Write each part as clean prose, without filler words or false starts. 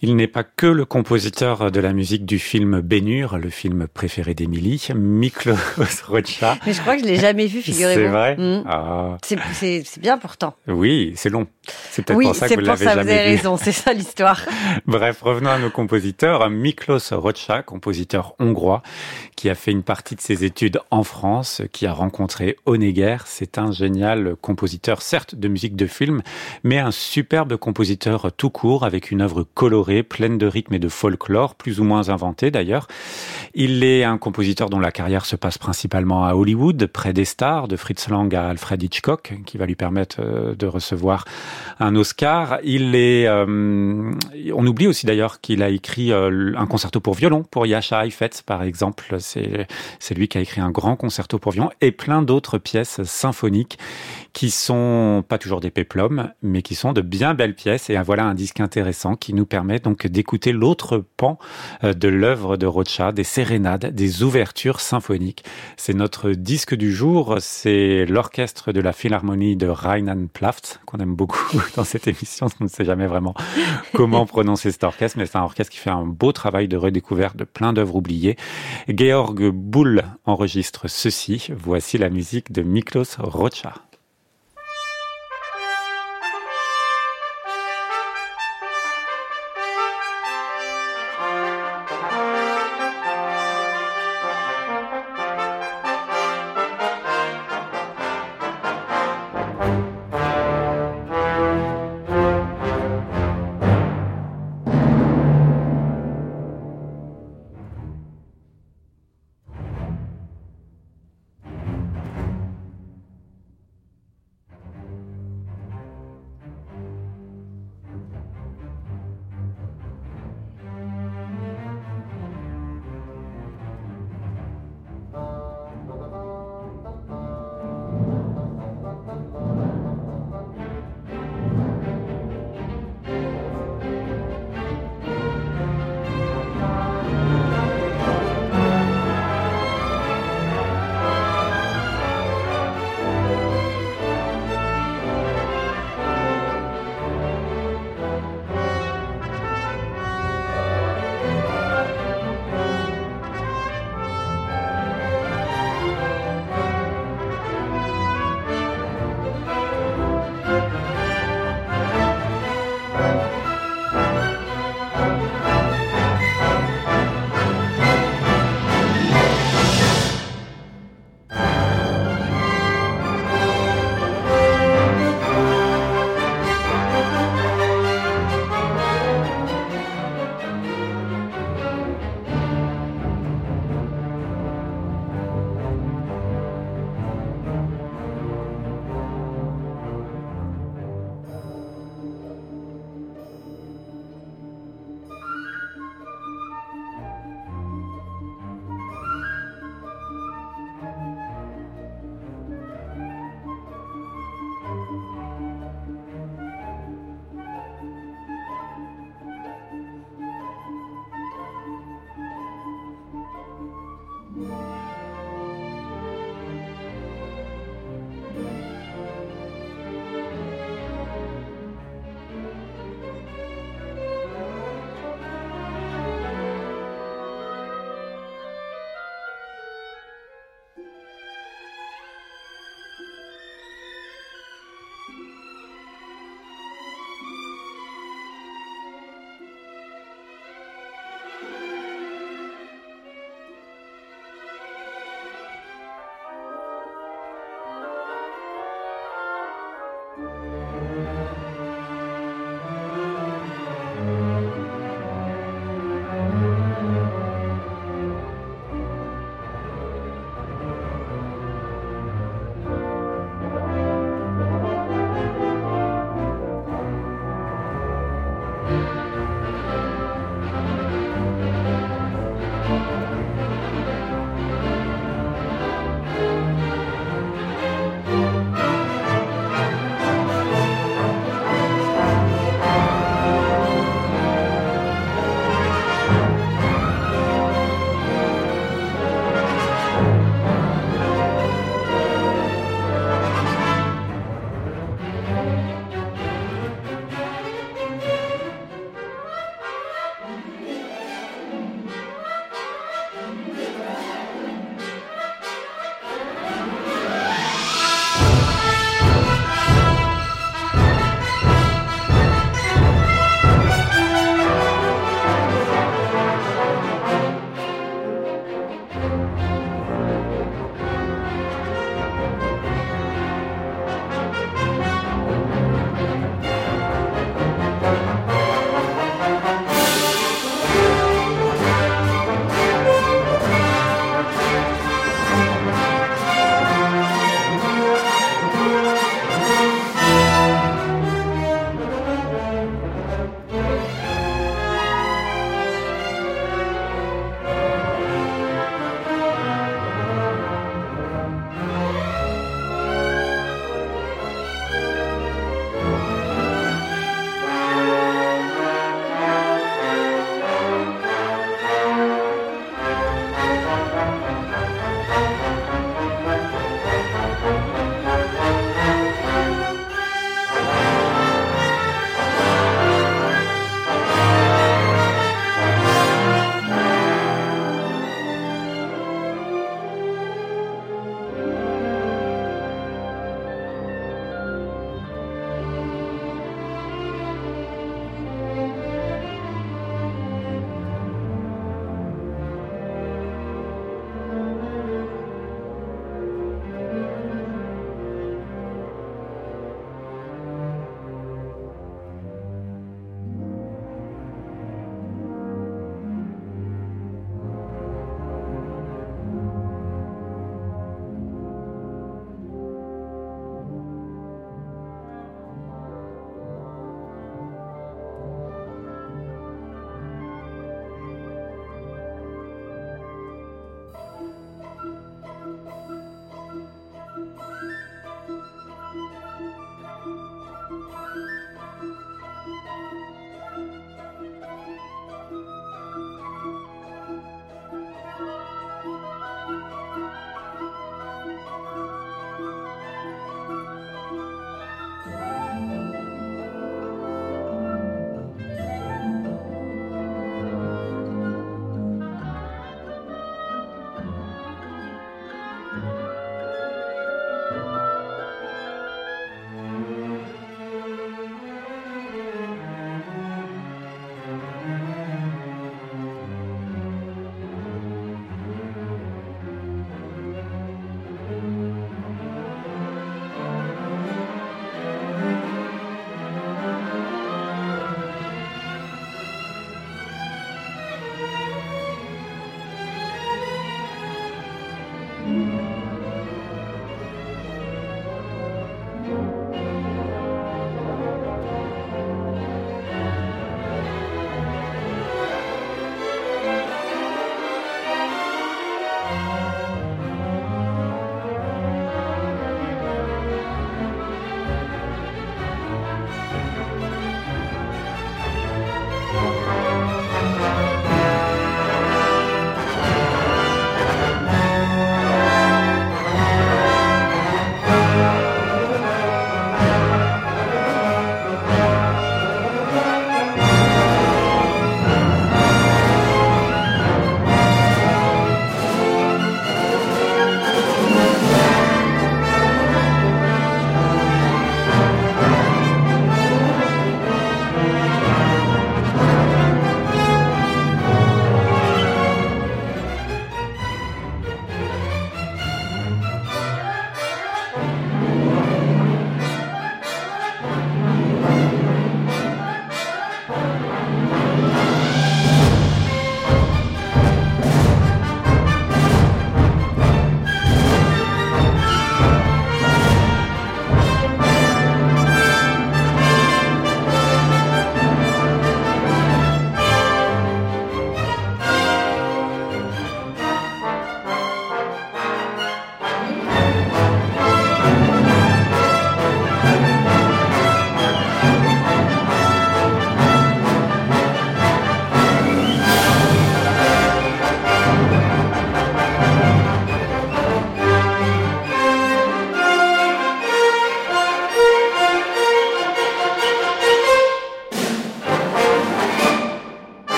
Il n'est pas que le compositeur de la musique du film Ben-Hur, le film préféré d'Émilie, Miklos Rozsa. Mais je crois que je l'ai jamais vu, figurez-vous. C'est vrai C'est bien pourtant. Oui, c'est long. C'est peut-être pour ça que vous l'avez jamais vu. Oui, c'est pour ça, vous avez raison, c'est ça l'histoire. Bref, revenons à nos compositeurs. Miklos Rozsa, compositeur hongrois, qui a fait une partie de ses études en France, qui a rencontré Honegger. C'est un génial compositeur, certes de musique de film, mais un superbe compositeur tout court, avec une œuvre colorée, pleine de rythme et de folklore, plus ou moins inventé d'ailleurs. Il est un compositeur dont la carrière se passe principalement à Hollywood, près des stars, de Fritz Lang à Alfred Hitchcock, qui va lui permettre de recevoir un Oscar. On oublie aussi d'ailleurs qu'il a écrit un concerto pour violon, pour Jascha Heifetz par exemple. C'est lui qui a écrit un grand concerto pour violon et plein d'autres pièces symphoniques qui sont pas toujours des péplums, mais qui sont de bien belles pièces. Et voilà un disque intéressant qui nous permet donc d'écouter l'autre pan de l'œuvre de Rozsa, des sérénades, des ouvertures symphoniques. C'est notre disque du jour, c'est l'orchestre de la Philharmonie de Rheinland-Pfalz, qu'on aime beaucoup dans cette émission, on ne sait jamais vraiment comment prononcer cet orchestre, mais c'est un orchestre qui fait un beau travail de redécouverte de plein d'œuvres oubliées. Georg Bull enregistre ceci, voici la musique de Miklos Rozsa.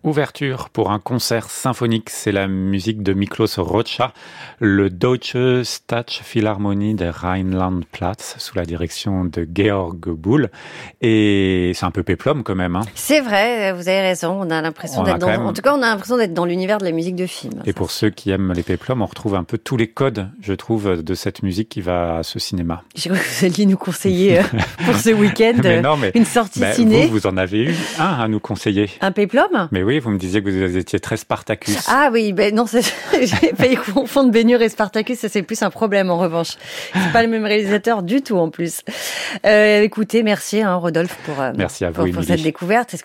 ouverture pour un concert symphonique. C'est la musique de Miklos Rocha, le Deutsche Staatsphilharmonie des Rheinland-Pfalz, sous la direction de Georg Bull. Et c'est un peu péplum quand même. C'est vrai, vous avez raison. On a l'impression d'être en tout cas, on a l'impression d'être dans l'univers de la musique de film. Et pour ceux qui aiment les péplums, on retrouve un peu tous les codes, je trouve, de cette musique qui va à ce cinéma. J'ai cru que vous alliez nous conseiller pour ce week-end une sortie ciné. Vous en avez eu un à nous conseiller. Un péplum ? Mais oui, vous me disiez que vous étiez très Spartacus. Ah oui, non, j'ai failli confondre Ben Hur et Spartacus, ça c'est plus un problème en revanche. C'est pas le même réalisateur du tout en plus. Écoutez, merci Rodolphe pour merci à vous, pour cette découverte.